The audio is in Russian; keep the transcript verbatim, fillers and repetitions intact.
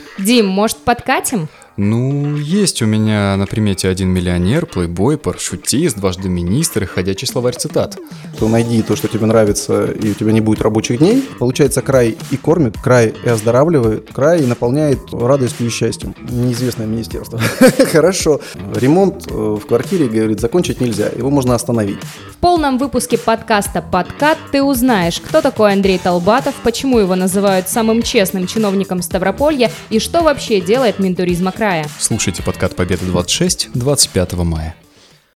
Дим, может, подкатим? Ну, есть у меня на примете один миллионер, плейбой, парашютист, дважды министр и ходячий словарь цитат. То найди то, что тебе нравится, и у тебя не будет рабочих дней. Получается, край и кормит, край и оздоравливает, край и наполняет радостью и счастьем. Неизвестное министерство. Хорошо. Ремонт в квартире, говорит, закончить нельзя, его можно остановить. В полном выпуске подкаста «Подкат» ты узнаешь, кто такой Андрей Толбатов, почему его называют самым честным чиновником Ставрополья и что вообще делает Минтуризма края. Слушайте подкат «Победа двадцать шесть» двадцать пятого мая.